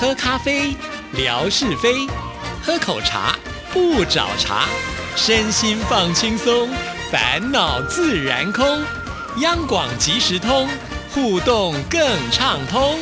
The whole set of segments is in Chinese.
喝咖啡，聊是非；喝口茶，不找茬。身心放轻松，烦恼自然空。央广即时通，互动更畅通。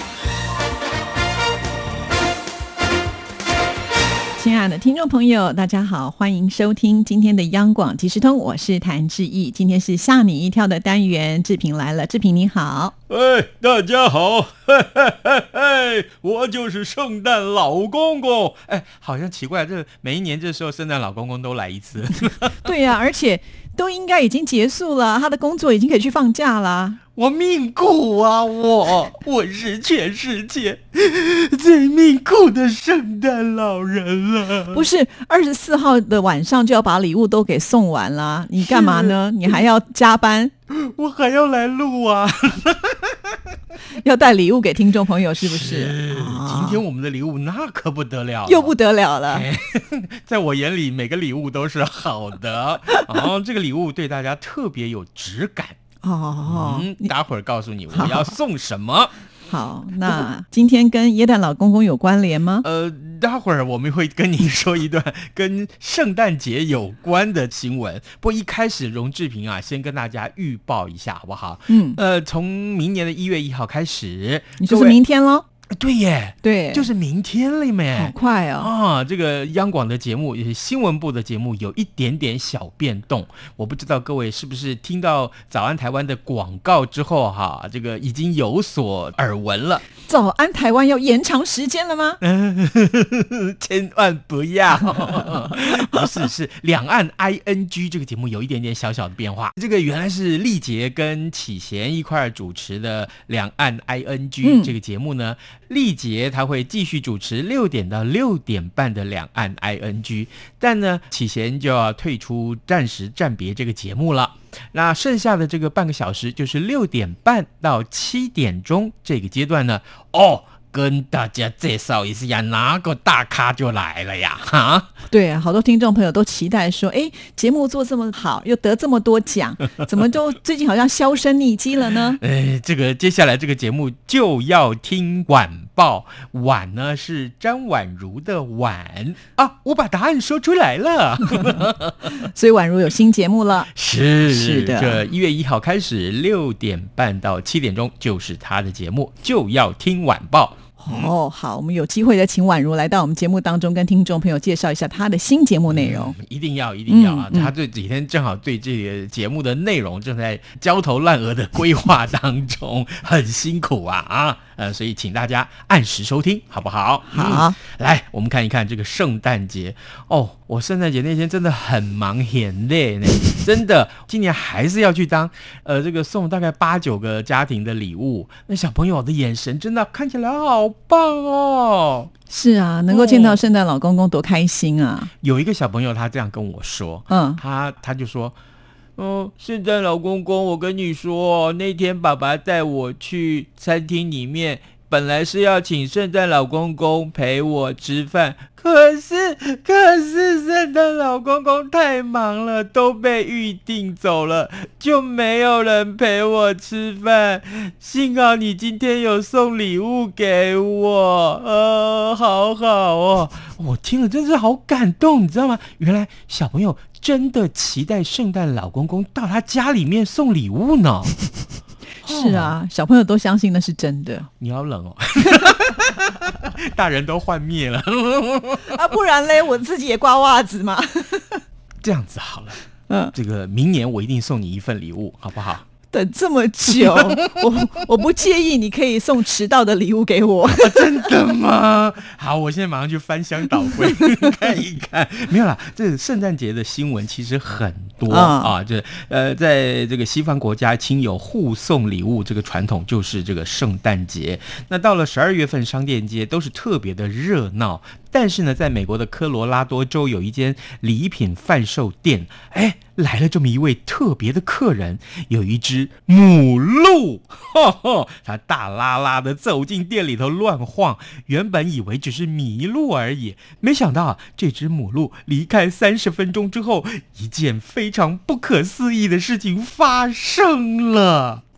亲爱的听众朋友，大家好，欢迎收听今天的央广即时通，我是谭志毅。今天是吓你一跳的单元，志平来了。志平你好。 大家好，我就是圣诞老公公。好像奇怪，这每一年这时候圣诞老公公都来一次。 对呀，而且都应该已经结束了，他的工作已经可以去放假啦。 我命苦啊，我是全世界最命苦的圣诞老人了。 不是24号的晚上就要把礼物都给送完了，你干嘛呢？你还要加班？ 我还要来录啊。 要带礼物给听众朋友是不是？ 今天我们的礼物那可不得了了， 又不得了了。 在我眼里每个礼物都是好的。这个礼物对大家特别有质感。待会儿告诉你我要送什么。 好，那今天跟耶诞老公公有关联吗？ 待会儿我们会跟您说一段跟圣诞节有关的新闻。不过一开始荣志平啊，先跟大家预报一下好不好？从明年的1月1号开始， 你说是明天咯？ 对耶， 对， 就是明天了咩， 好快哦！ 这个央广的节目，也是新闻部的节目，有一点点小变动。我不知道各位是不是听到早安台湾的广告之后这个已经有所耳闻了。 早安台湾要延长时间了吗？ 千万不要。不是，是两岸 ING 这个节目有一点点小小的变化。这个原来是丽杰跟启贤一块主持的两岸 ING 这个节目呢，丽杰他会继续主持6点到6点半的两岸 ING， 但呢启贤就要退出暂时暂别这个节目了。那剩下的这个半个小时就是6点半到7点钟这个阶段呢，跟大家介绍一下哪个大咖就来了呀。 对啊，好多听众朋友都期待说，节目做这么好又得这么多奖，怎么就最近好像销声匿迹了呢？ 这个接下来这个节目就要听晚报，晚呢是张婉如的晚我把答案说出来了。 所以婉如有新节目了。 是的， 这1月1号开始6点半到7点钟就是他的节目，就要听晚报。 好，我们有机会的请婉如来到我们节目当中，跟听众朋友介绍一下她的新节目内容。 一定要啊！他这几天正好对这个节目的内容正在焦头烂额的规划当中，很辛苦所以请大家按时收听好不好？ 好， 来我们看一看这个圣诞节。我圣诞节那天真的很忙很累呢，真的今年还是要去当这个送大概8、9个家庭的礼物。那小朋友的眼神真的看起来好棒哦。 是啊，能够见到圣诞老公公多开心啊。 有一个小朋友他这样跟我说，他就说圣诞老公公，我跟你说，那天爸爸带我去餐厅里面，本来是要请圣诞老公公陪我吃饭，可是圣诞老公公太忙了，都被预定走了，就没有人陪我吃饭。幸好你今天有送礼物给我，好好哦。我听了真是好感动，你知道吗？原来小朋友真的期待圣诞老公公到他家里面送礼物呢。 是啊，小朋友都相信那是真的。 你好冷哦。大人都幻灭了。 不然嘞，我自己也挂袜子嘛。 这样子好了，这个明年我一定送你一份礼物，好不好？ 等这么久，我不介意，你可以送迟到的礼物给我。 真的吗？好，我现在马上去翻箱倒柜看一看。没有啦，这圣诞节的新闻其实很多在这个西方国家亲友互送礼物这个传统就是这个圣诞节。那到了12月份，商店街都是特别的热闹。但是呢，在美国的科罗拉多州有一间礼品贩售店，来了这么一位特别的客人，有一只母鹿，他大拉拉的走进店里头乱晃，原本以为只是迷路而已，没想到这只母鹿离开30分钟之后，一件非常不可思议的事情发生了。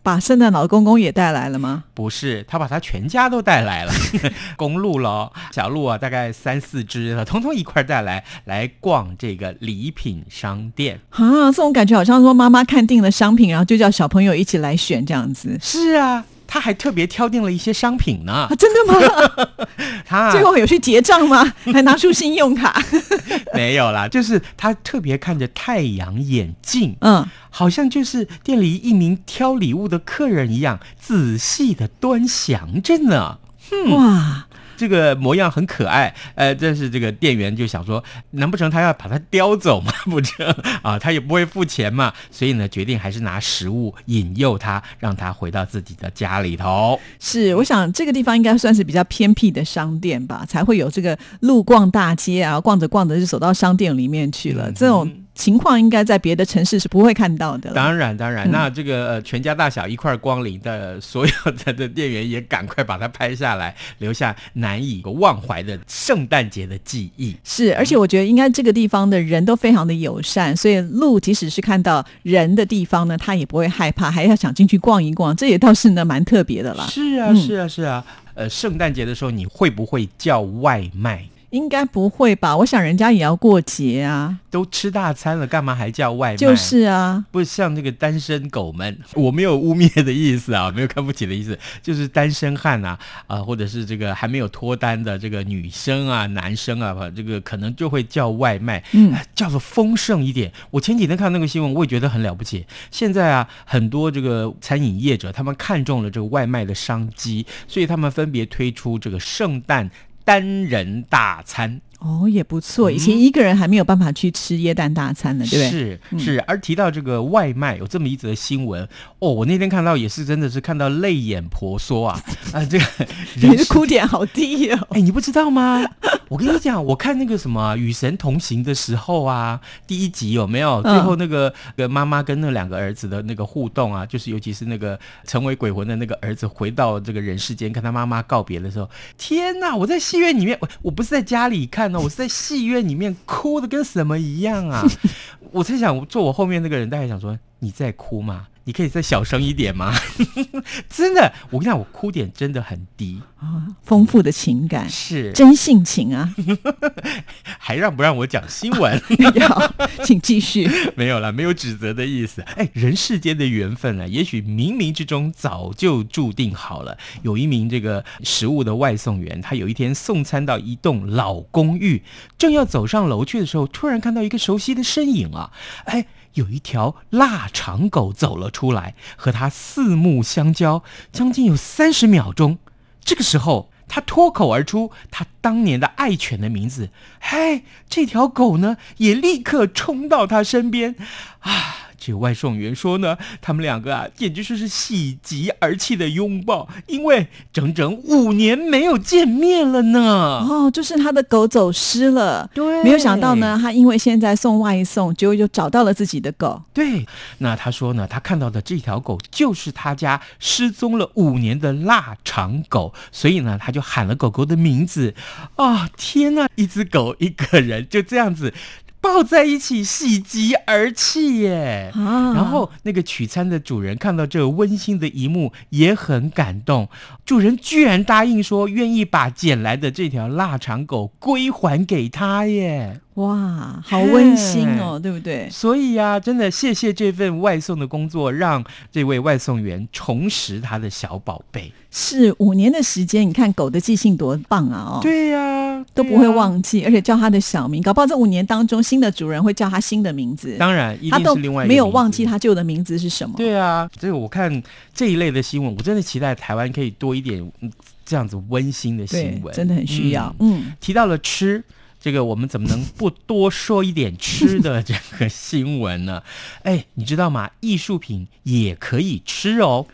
把圣诞老公公也带来了吗？ 不是，他把他全家都带来了。公鹿咯，小鹿啊，大概3-4只，通通一块带来逛这个礼品商店啊。这种感觉好像说妈妈看定了商品，然后就叫小朋友一起来选这样子。 是啊，他还特别挑定了一些商品呢。 真的吗？他最后有去结账吗？还拿出信用卡？ 没有啦，就是他特别看着太阳眼镜，好像就是店里一名挑礼物的客人一样，仔细的端详着呢。 哇！ 这个模样很可爱，但是这个店员就想说，难不成他要把它叼走吗？不成啊，他也不会付钱嘛，所以呢，决定还是拿食物引诱他，让他回到自己的家里头。 是，我想这个地方应该算是比较偏僻的商店吧，才会有这个路逛大街啊，逛着逛着就走到商店里面去了。这种情况应该在别的城市是不会看到的。 当然，那这个全家大小一块光临的所有的店员也赶快把它拍下来，留下难以忘怀的圣诞节的记忆。 是，而且我觉得应该这个地方的人都非常的友善，所以鹿即使是看到人的地方呢，他也不会害怕，还要想进去逛一逛，这也倒是呢蛮特别的啦。 是啊，圣诞节的时候你会不会叫外卖？ 应该不会吧，我想人家也要过节啊， 都吃大餐了，干嘛还叫外卖？ 就是啊， 不像这个单身狗们，我没有污蔑的意思啊，没有看不起的意思，就是单身汉啊，或者是这个还没有脱单的这个女生啊、男生啊，这个可能就会叫外卖，叫做丰盛一点。我前几天看那个新闻，我也觉得很了不起。现在啊，很多这个餐饮业者他们看中了这个外卖的商机，所以他们分别推出这个圣诞单人大餐。 也不错。以前一个人还没有办法去吃耶诞大餐呢，对不对？是。而提到这个外卖，有这么一则新闻我那天看到也是真的是看到泪眼婆娑啊！这个你的哭点好低哦。 你不知道吗？我跟你讲，我看那个什么《与神同行》的时候啊，第1集有没有？最后那个妈妈跟那2个儿子的那个互动啊，就是尤其是那个成为鬼魂的那个儿子回到这个人世间跟他妈妈告别的时候，天哪！我在戏院里面，我不是在家里看。我是在戏院里面哭的跟什么一样啊！我在想，坐我后面那个人大概想说，你在哭吗？你可以再小声一点吗？真的，我跟你讲，我哭点真的很低丰富的情感， 是真性情啊！ 还让不让我讲新闻？ 要，请继续。 没有啦，没有指责的意思。人世间的缘分啊，也许冥冥之中早就注定好了。有一名这个食物的外送员，他有一天送餐到一栋老公寓，正要走上楼去的时候，突然看到一个熟悉的身影啊！有一条腊肠狗走了出来，和他四目相交，将近有30秒钟。这个时候，他脱口而出他当年的爱犬的名字。这条狗呢，也立刻冲到他身边啊！这个外送员说呢，他们2个啊，简直是喜极而泣的拥抱，因为整整5年没有见面了呢。 就是他的狗走失了。 对， 没有想到呢，他因为现在送外送，结果就找到了自己的狗。 对，那他说呢，他看到的这条狗就是他家失踪了5年的腊肠狗，所以呢，他就喊了狗狗的名字。天哪，一只狗一个人就这样子抱在一起喜极而泣耶！然后那个取餐的主人看到这个温馨的一幕也很感动，主人居然答应说愿意把捡来的这条腊肠狗归还给他耶！ 哇，好温馨哦，对不对？ 所以啊，真的谢谢这份外送的工作，让这位外送员重拾他的小宝贝。 是5年的时间，你看狗的记性多棒啊！ 对呀， 都不会忘记，而且叫他的小名，搞不好这5年当中，新的主人会叫他新的名字。 当然，一定是另外一个名字， 他都没有忘记他旧的名字是什么。 对啊，这个我看这一类的新闻，我真的期待台湾可以多一点这样子温馨的新闻， 真的很需要。 提到了吃。这个我们怎么能不多说一点吃的这个新闻呢？你知道吗？艺术品也可以吃哦。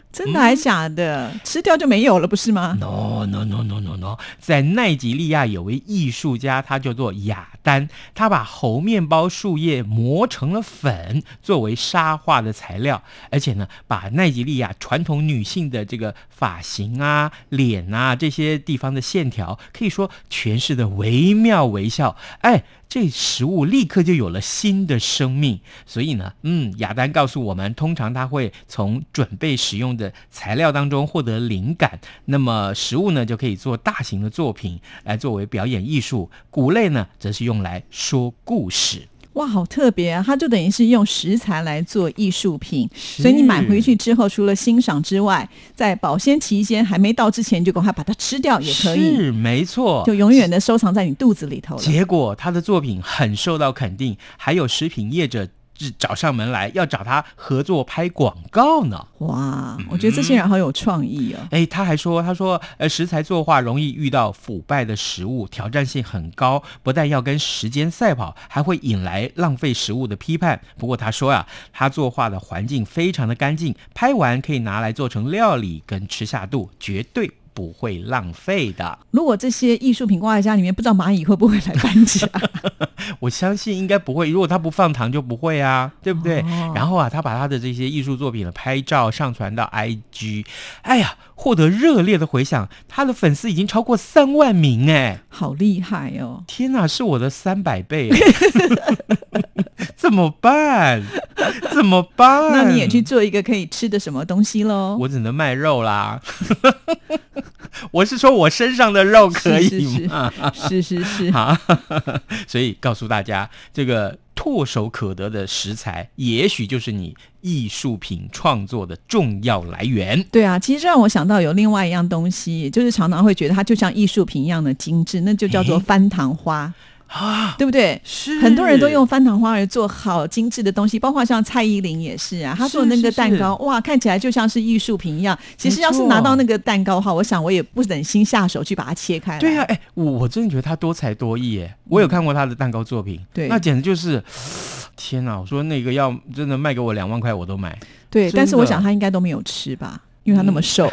真的还假的？吃掉就没有了不是吗？ No， 在奈及利亚有位艺术家，他叫做雅丹，他把猴面包树叶磨成了粉，作为沙画的材料，而且呢，把奈及利亚传统女性的这个发型啊、脸啊这些地方的线条，可以说诠释的惟妙惟肖。这食物立刻就有了新的生命。所以呢，雅丹告诉我们，通常他会从准备使用的材料当中获得灵感，那么食物呢就可以做大型的作品来作为表演艺术，谷类呢则是用来说故事。 哇，好特别啊！它就等于是用食材来做艺术品，所以你买回去之后，除了欣赏之外，在保鲜期间还没到之前，就赶快把它吃掉也可以。 是，没错， 就永远的收藏在你肚子里头了。 结果他的作品很受到肯定，还有食品业者找上门来要找他合作拍广告呢。 哇，我觉得这些人好有创意哦。 他还说，食材作画容易遇到腐败的食物，挑战性很高，不但要跟时间赛跑，还会引来浪费食物的批判。不过他说他作画的环境非常的干净，拍完可以拿来做成料理跟吃下肚，绝对不会浪费的。 如果这些艺术品挂在家里面，不知道蚂蚁会不会来搬家？ 我相信应该不会，如果他不放糖就不会啊，对不对？然后他把他的这些艺术作品的拍照上传到 IG， 获得热烈的回响，他的粉丝已经超过3万名好厉害哦！ 天哪，是我的300倍怎么办？ 那你也去做一个可以吃的什么东西咯？ 我只能卖肉啦我是说我身上的肉可以吗？ 是所以告诉大家，这个唾手可得的食材，也许就是你艺术品创作的重要来源。 对啊，其实让我想到有另外一样东西，就是常常会觉得它就像艺术品一样的精致，那就叫做番糖花。对不对？ 是， 很多人都用番糖花来做好精致的东西，包括像蔡依林也是啊，她做的那个蛋糕，哇，看起来就像是艺术品一样。其实要是拿到那个蛋糕的话，我想我也不忍心下手去把它切开来。 对啊，我真的觉得她多才多艺耶。我有看过她的蛋糕作品， 对， 那简直就是天哪！我说那个要真的卖给我2万块我都买。 对，但是我想她应该都没有吃吧，因为她那么瘦。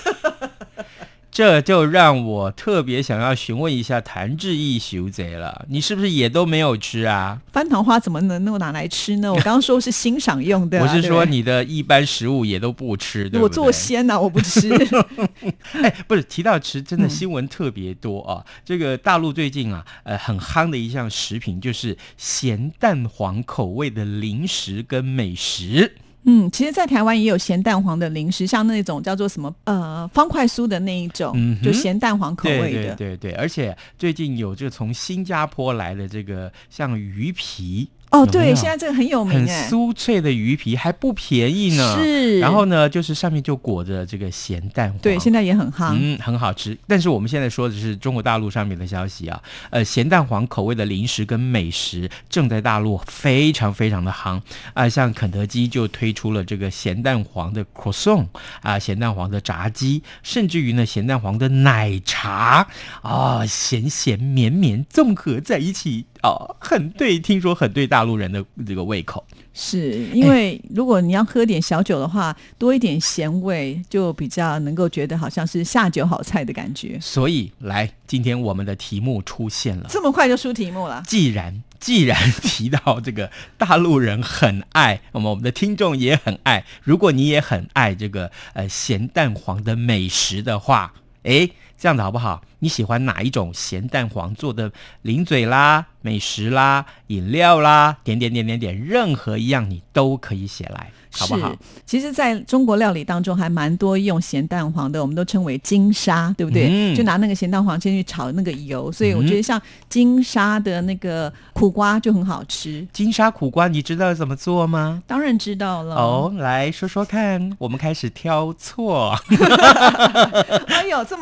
这就让我特别想要询问一下谭志毅修贼了，你是不是也都没有吃啊？ 番糖花怎么能拿来吃呢？我刚刚说是欣赏用的、 我是说你的一般食物也都不吃，对不对？ 我做鲜啊，我不吃。 不是提到吃，真的新闻特别多啊。这个大陆最近很夯的一项食品就是咸蛋黄口味的零食跟美食。 其实在台湾也有咸蛋黄的零食，像那种叫做什么方块酥的那一种，就咸蛋黄口味的。 对，而且最近有这个从新加坡来的这个像鱼皮。 对，现在这个很有名， 很酥脆的鱼皮还不便宜呢。 是， 然后呢，就是上面就裹着这个咸蛋黄。 对，现在也很夯， 很好吃。但是我们现在说的是中国大陆上面的消息啊，咸蛋黄口味的零食跟美食正在大陆非常非常的夯像肯德基就推出了这个咸蛋黄的 croissant咸蛋黄的炸鸡，甚至于呢咸蛋黄的奶茶咸咸绵绵综合在一起听说很对大陆人的这个胃口。 是因为如果你要喝点小酒的话，多一点咸味就比较能够觉得好像是下酒好菜的感觉。 所以来，今天我们的题目出现了， 这么快就出题目了。 既然提到这个大陆人很爱，我们的听众也很爱，如果你也很爱这个咸蛋黄的美食的话，这样子好不好？你喜欢哪一种咸蛋黄做的零嘴啦、美食啦、饮料啦，点，任何一样你都可以写来，好不好？ 其实在中国料理当中还蛮多用咸蛋黄的，我们都称为金沙，对不对？就拿那个咸蛋黄先去炒那个油，所以我觉得像金沙的那个苦瓜就很好吃。 金沙苦瓜你知道怎么做吗？ 当然知道了。 来说说看，我们开始挑错。 哎呦，这么严格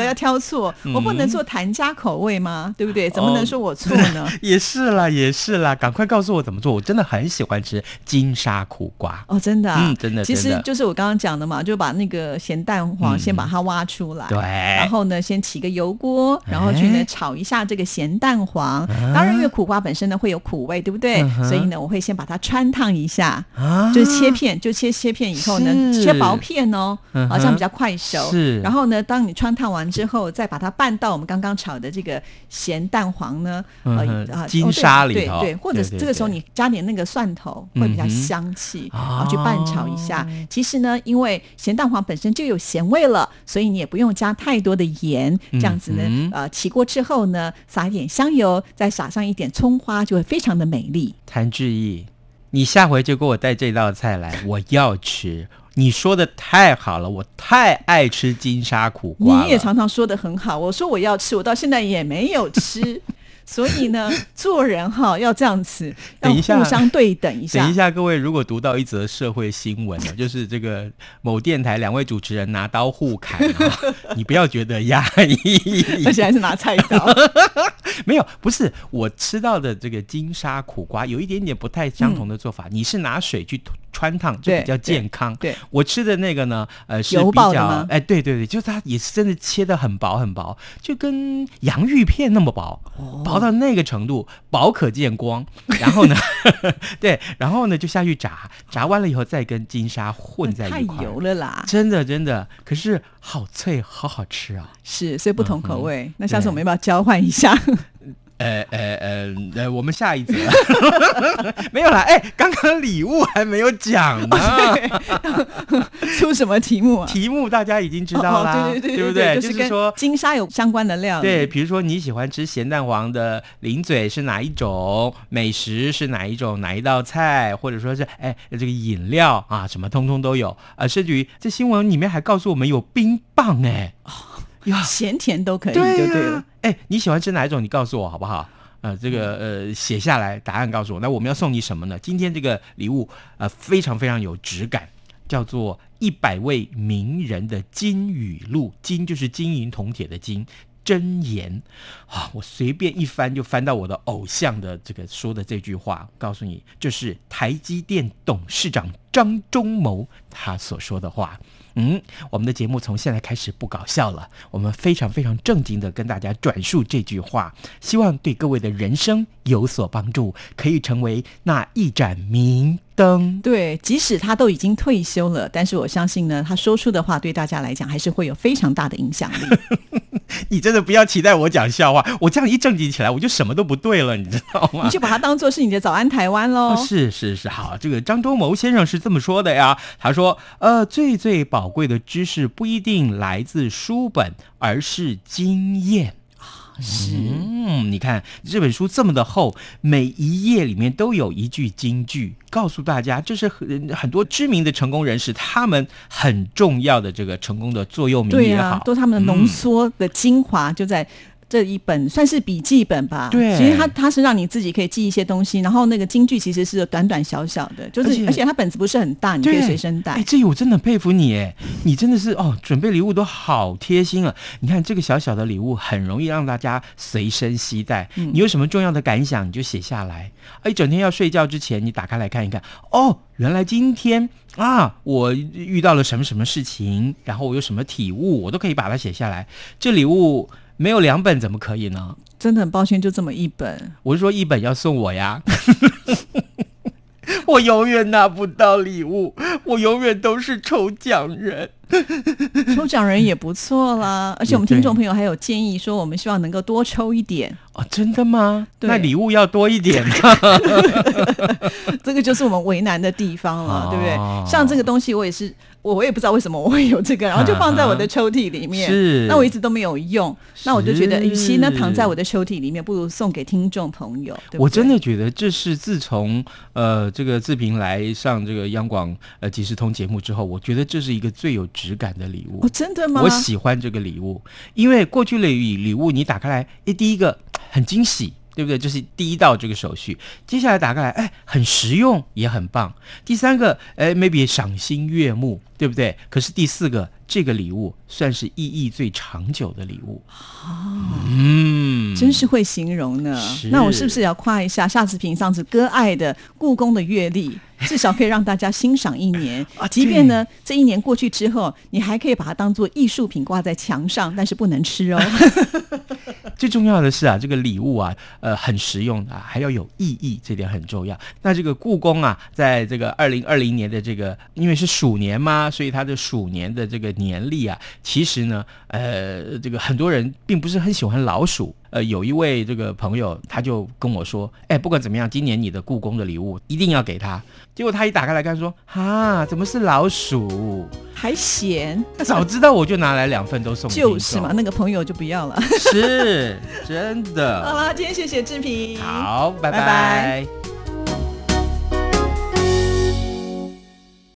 个要挑错，我不能做谭家口味吗？对不对？怎么能说我错呢？ 也是啦，赶快告诉我怎么做，我真的很喜欢吃金沙苦瓜。 真的啊， 真的， 其实就是我刚刚讲的嘛，就把那个咸蛋黄先把它挖出来， 对， 然后呢先起个油锅，然后去呢炒一下这个咸蛋黄。当然因为苦瓜本身呢会有苦味，对不对？所以呢我会先把它穿烫一下，就是切片，就切片以后呢切薄片哦，好像比较快熟。 是， 然后呢当你穿烫完之后，再把它拌到我们刚刚炒的这个咸蛋黄呢金沙里头， 对，或者这个时候你加点那个蒜头会比较香气，然后去拌炒一下。其实呢因为咸蛋黄本身就有咸味了，所以你也不用加太多的盐，这样子呢起锅之后呢撒一点香油，再撒上一点葱花，就会非常的美丽。 谭志毅，你下回就给我带这道菜来，我要吃。你说的太好了，我太爱吃金沙苦瓜了。 你也常常说的很好，我说我要吃，我到现在也没有吃。所以呢做人要这样子，要互相对等一下。 等一下各位，如果读到一则社会新闻呢，就是这个某电台2位主持人拿刀互砍你不要觉得压抑， 而且还是拿菜刀没有，不是，我吃到的这个金沙苦瓜有一点点不太相同的做法，你是拿水去穿烫，就比较健康。 对， 我吃的那个呢是比较对，就是它也是真的切得很薄很薄，就跟洋芋片那么薄，薄到那个程度，薄可见光。然后呢对，然后呢就下去炸完了以后再跟金沙混在一块， 太油了啦， 真的，可是好脆好好吃啊。 是，所以不同口味，那下次我们要不要交换一下？ 我们下一则没有啦。刚刚礼物还没有讲呢出什么题目啊？ 题目大家已经知道啦，对不对？ 就是跟金沙有相关的料理。 对，比如说你喜欢吃咸蛋黄的零嘴是哪一种，美食是哪一种，哪一道菜，或者说是这个饮料啊，什么通通都有甚至于这新闻里面还告诉我们有冰棒咸甜都可以，就对了。 你喜欢吃哪一种？你告诉我好不好？这个写下来，答案告诉我。那我们要送你什么呢？今天这个礼物非常非常有质感，叫做100位名人的金语录。金就是金银铜铁的金，箴言我随便一翻就翻到我的偶像的这个说的这句话，告诉你这是台积电董事长张忠谋他所说的话。我们的节目从现在开始不搞笑了，我们非常非常正经的跟大家转述这句话，希望对各位的人生有所帮助，可以成为那一盏明灯。 对，即使他都已经退休了，但是我相信呢，他说出的话对大家来讲还是会有非常大的影响力。 你真的不要期待我讲笑话，我这样一正经起来我就什么都不对了，你知道吗？ 你就把它当作是你的早安台湾咯。 是，好，这个张忠谋先生是这么说的呀，他说最宝贵的知识不一定来自书本，而是经验。 是， 你看这本书这么的厚，每一页里面都有一句金句，告诉大家这是很多知名的成功人士他们很重要的这个成功的座右铭也好， 都他们的浓缩的精华就在这一本算是笔记本吧。 对， 其实它是让你自己可以记一些东西，然后那个金句其实是短短小小的，就是而且它本子不是很大，你可以随身带。 这我真的佩服你你真的是准备礼物都好贴心了。你看这个小小的礼物很容易让大家随身携带，你有什么重要的感想你就写下来，一整天要睡觉之前你打开来看一看，原来今天我遇到了什么什么事情，然后我有什么体悟，我都可以把它写下来。这礼物没有2本怎么可以呢？ 真的很抱歉，就这么1本。 我是说1本要送我呀我永远拿不到礼物，我永远都是抽奖人。 抽奖人也不错啦，而且我们听众朋友还有建议说我们希望能够多抽一点。 真的吗？那礼物要多一点这个就是我们为难的地方了，对不对？像这个东西我也不知道为什么我会有这个，然后就放在我的抽屉里面，那我一直都没有用，那我就觉得与其呢躺在我的抽屉里面，不如送给听众朋友，对不对？ 我真的觉得这是自从这个志平来上这个央广即时通节目之后，我觉得这是一个最有质感的礼物。 真的吗？ 我喜欢这个礼物，因为过去的礼物你打开来第一个很惊喜， 对不对？这是第一道这个手续。接下来打开来，很实用，也很棒。第三个，maybe 赏心悦目，对不对？可是第四个，这个礼物算是意义最长久的礼物。 真是会形容呢。那我是不是要夸一下夏志平上次割爱的故宫的阅历，至少可以让大家欣赏1年即便呢这1年过去之后，你还可以把它当作艺术品挂在墙上，但是不能吃哦。 最重要的是啊，这个礼物啊，很实用啊，还要有意义，这点很重要。那这个故宫啊，在这个2020年的这个，因为是鼠年嘛，所以它的鼠年的这个年历啊，其实呢，这个很多人并不是很喜欢老鼠。有一位这个朋友，他就跟我说，不管怎么样，今年你的故宫的礼物一定要给他。结果他一打开来看说，怎么是老鼠？ 还嫌？ 早知道我就拿来2份都送你。 就是嘛，那个朋友就不要了。 是真的。 好了，今天谢谢志平。 好，拜拜。